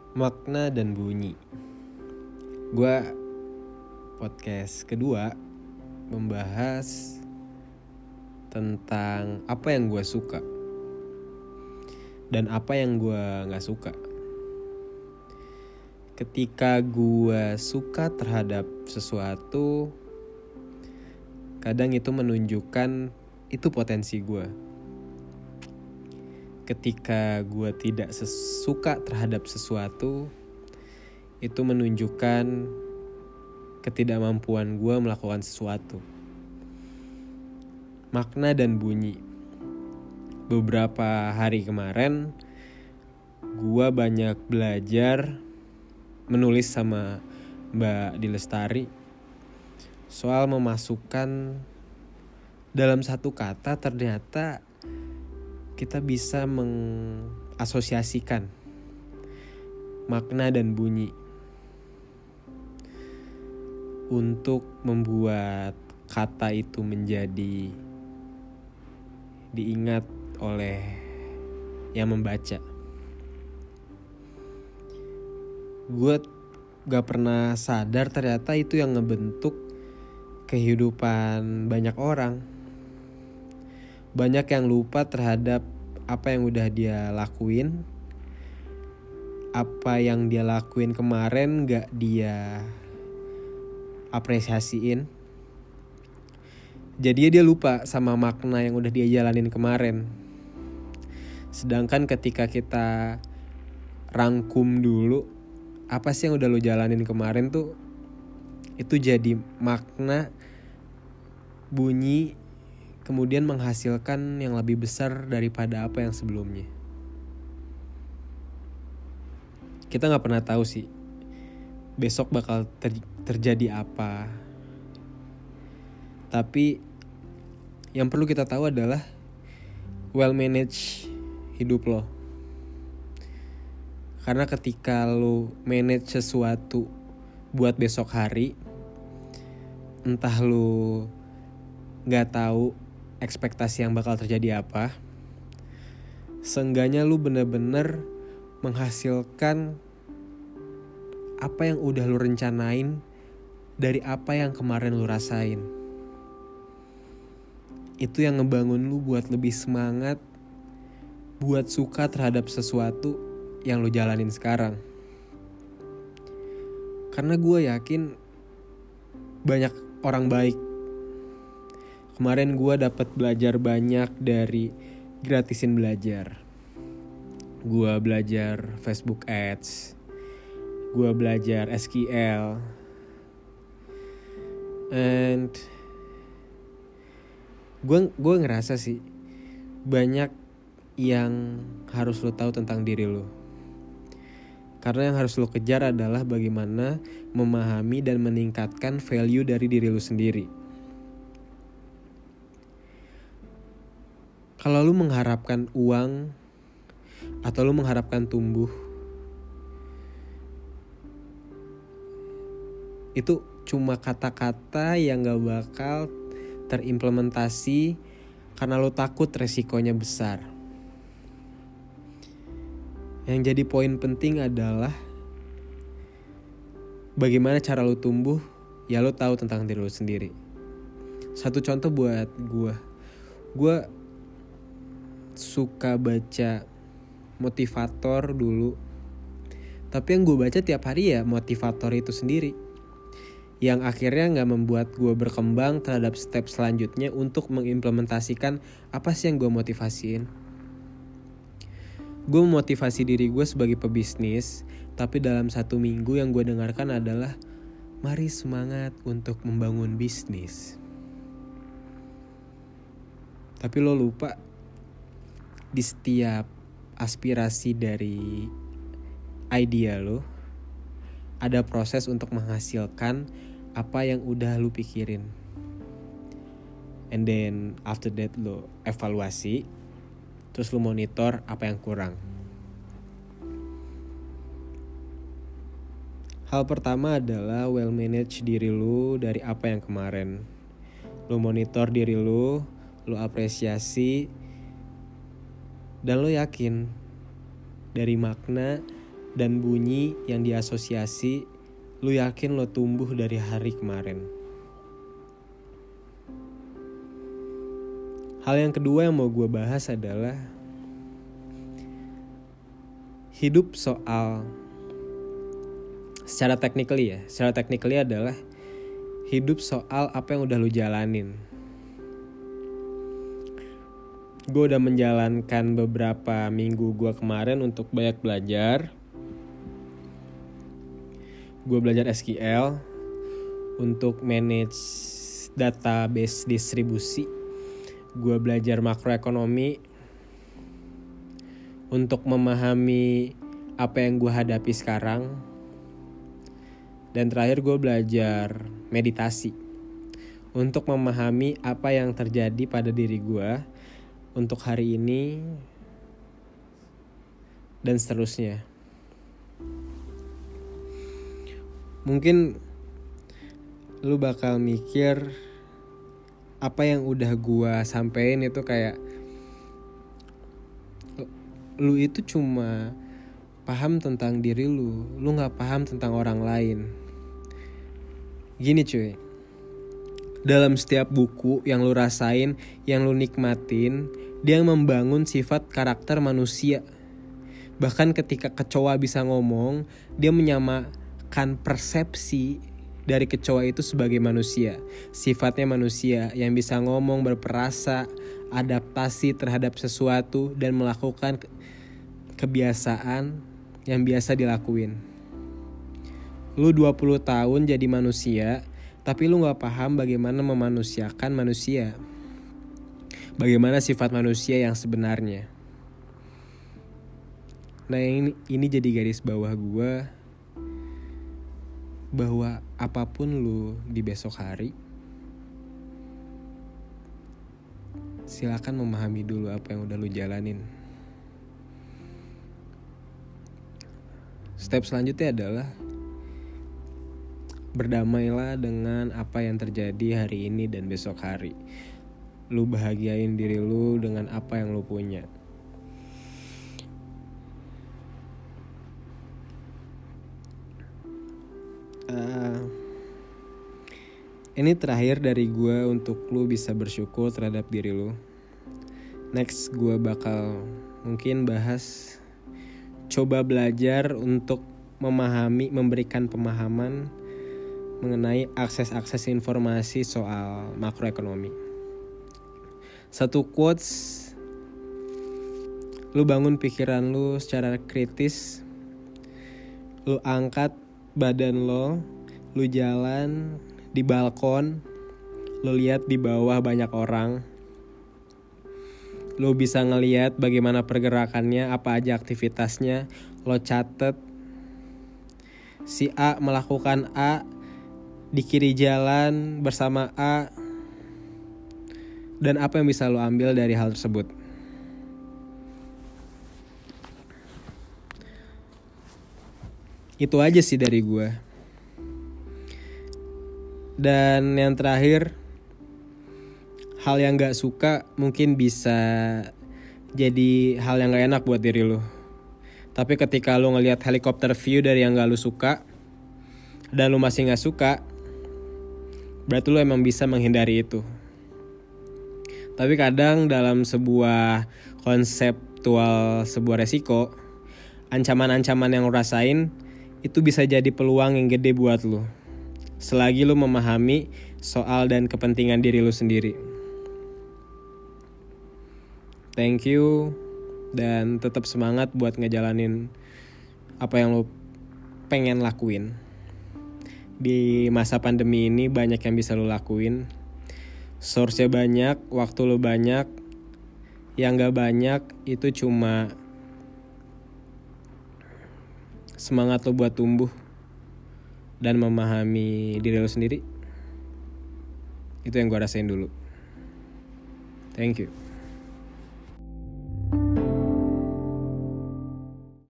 Makna dan bunyi. Gua podcast kedua membahas tentang apa yang gue suka dan apa yang gue gak suka. Ketika gue suka terhadap sesuatu, kadang itu menunjukkan itu potensi gue. Ketika gue tidak suka terhadap sesuatu, itu menunjukkan ketidakmampuan gue melakukan sesuatu. Makna dan bunyi. Beberapa hari kemarin, gue banyak belajar menulis sama Mbak Dilestari soal memasukkan dalam satu kata ternyata kita bisa mengasosiasikan makna dan bunyi untuk membuat kata itu menjadi diingat oleh yang membaca. Gue gak pernah sadar ternyata itu yang ngebentuk kehidupan banyak orang. Banyak yang lupa terhadap apa yang udah dia lakuin. Apa yang dia lakuin kemarin gak dia apresiasiin. Jadi dia lupa sama makna yang udah dia jalanin kemarin. Sedangkan ketika kita rangkum dulu apa sih yang udah lo jalanin kemarin tuh, itu jadi makna, bunyi, kemudian menghasilkan yang lebih besar daripada apa yang sebelumnya. Kita gak pernah tahu sih besok bakal terjadi apa. Tapi yang perlu kita tahu adalah well manage hidup lo. Karena ketika lo manage sesuatu buat besok hari, entah lo gak tahu ekspektasi yang bakal terjadi apa, seenggaknya lo bener-bener menghasilkan apa yang udah lo rencanain dari apa yang kemarin lo rasain. Itu yang ngebangun lo buat lebih semangat, buat suka terhadap sesuatu yang lo jalanin sekarang. Karena gue yakin banyak orang baik. Kemarin gue dapat belajar banyak dari gratisin belajar. Gue belajar Facebook Ads, gue belajar SQL, and gue ngerasa sih banyak yang harus lo tahu tentang diri lo. Karena yang harus lo kejar adalah bagaimana memahami dan meningkatkan value dari diri lo sendiri. Kalau lo mengharapkan uang atau lo mengharapkan tumbuh, itu cuma kata-kata yang gak bakal terimplementasi karena lo takut resikonya besar. Yang jadi poin penting adalah bagaimana cara lo tumbuh, ya lo tahu tentang diri lo sendiri. Satu contoh buat gue suka baca motivator dulu. Tapi yang gue baca tiap hari ya motivator itu sendiri, yang akhirnya gak membuat gue berkembang terhadap step selanjutnya untuk mengimplementasikan apa sih yang gue motivasiin. Gue memotivasi diri gue sebagai pebisnis, tapi dalam 1 minggu yang gue dengarkan adalah mari semangat untuk membangun bisnis. Tapi lo lupa di setiap aspirasi dari idea lo ada proses untuk menghasilkan apa yang udah lo pikirin. And then after that lo evaluasi, terus lo monitor apa yang kurang. Hal pertama adalah well manage diri lo dari apa yang kemarin. Lo monitor diri lo apresiasi, dan lo yakin dari makna dan bunyi yang diasosiasi, lu yakin lu tumbuh dari hari kemarin. Hal yang kedua yang mau gue bahas adalah hidup soal secara technically adalah hidup soal apa yang udah lu jalanin. Gue udah menjalankan beberapa minggu gue kemarin untuk banyak belajar. Gue belajar SQL untuk manage database distribusi. Gue belajar makroekonomi untuk memahami apa yang gue hadapi sekarang. Dan terakhir gue belajar meditasi untuk memahami apa yang terjadi pada diri gue untuk hari ini dan seterusnya. Mungkin lu bakal mikir apa yang udah gue sampein itu kayak lu itu cuma paham tentang diri lu gak paham tentang orang lain. Gini cuy, dalam setiap buku yang lu rasain, yang lu nikmatin, dia membangun sifat karakter manusia. Bahkan ketika kecoa bisa ngomong, dia menyamakan persepsi dari kecoa itu sebagai manusia. Sifatnya manusia yang bisa ngomong, berperasa, adaptasi terhadap sesuatu, dan melakukan kebiasaan yang biasa dilakuin. Lu 20 tahun jadi manusia, tapi lu gak paham bagaimana memanusiakan manusia. Bagaimana sifat manusia yang sebenarnya. Nah ini jadi garis bawah gue, bahwa apapun lu di besok hari, silakan memahami dulu apa yang udah lu jalanin. Step selanjutnya adalah berdamailah dengan apa yang terjadi hari ini dan besok hari. Lu bahagiain diri lu dengan apa yang lu punya. Ini terakhir dari gue untuk lu bisa bersyukur terhadap diri lu. Next gue bakal mungkin bahas coba belajar untuk memahami, memberikan pemahaman mengenai akses informasi soal makroekonomi. Satu quotes, lu bangun pikiran lu secara kritis, lu angkat badan lu jalan di balkon, lu lihat di bawah banyak orang, lu bisa ngelihat bagaimana pergerakannya, apa aja aktivitasnya, lo catet si A melakukan A di kiri jalan bersama A, dan apa yang bisa lo ambil dari hal tersebut. Itu aja sih dari gue. Dan yang terakhir, hal yang gak suka mungkin bisa jadi hal yang gak enak buat diri lo. Tapi ketika lo ngelihat helikopter view dari yang gak lo suka, dan lo masih gak suka, berarti lo emang bisa menghindari itu. Tapi kadang dalam sebuah konseptual sebuah resiko, ancaman-ancaman yang lo rasain itu bisa jadi peluang yang gede buat lo, selagi lo memahami soal dan kepentingan diri lo sendiri. Thank you, dan tetap semangat buat ngejalanin apa yang lo pengen lakuin. Di masa pandemi ini banyak yang bisa lo lakuin. Source-nya banyak, waktu lo banyak. Yang gak banyak itu cuma semangat lo buat tumbuh dan memahami diri lo sendiri. Itu yang gue rasain dulu. Thank you.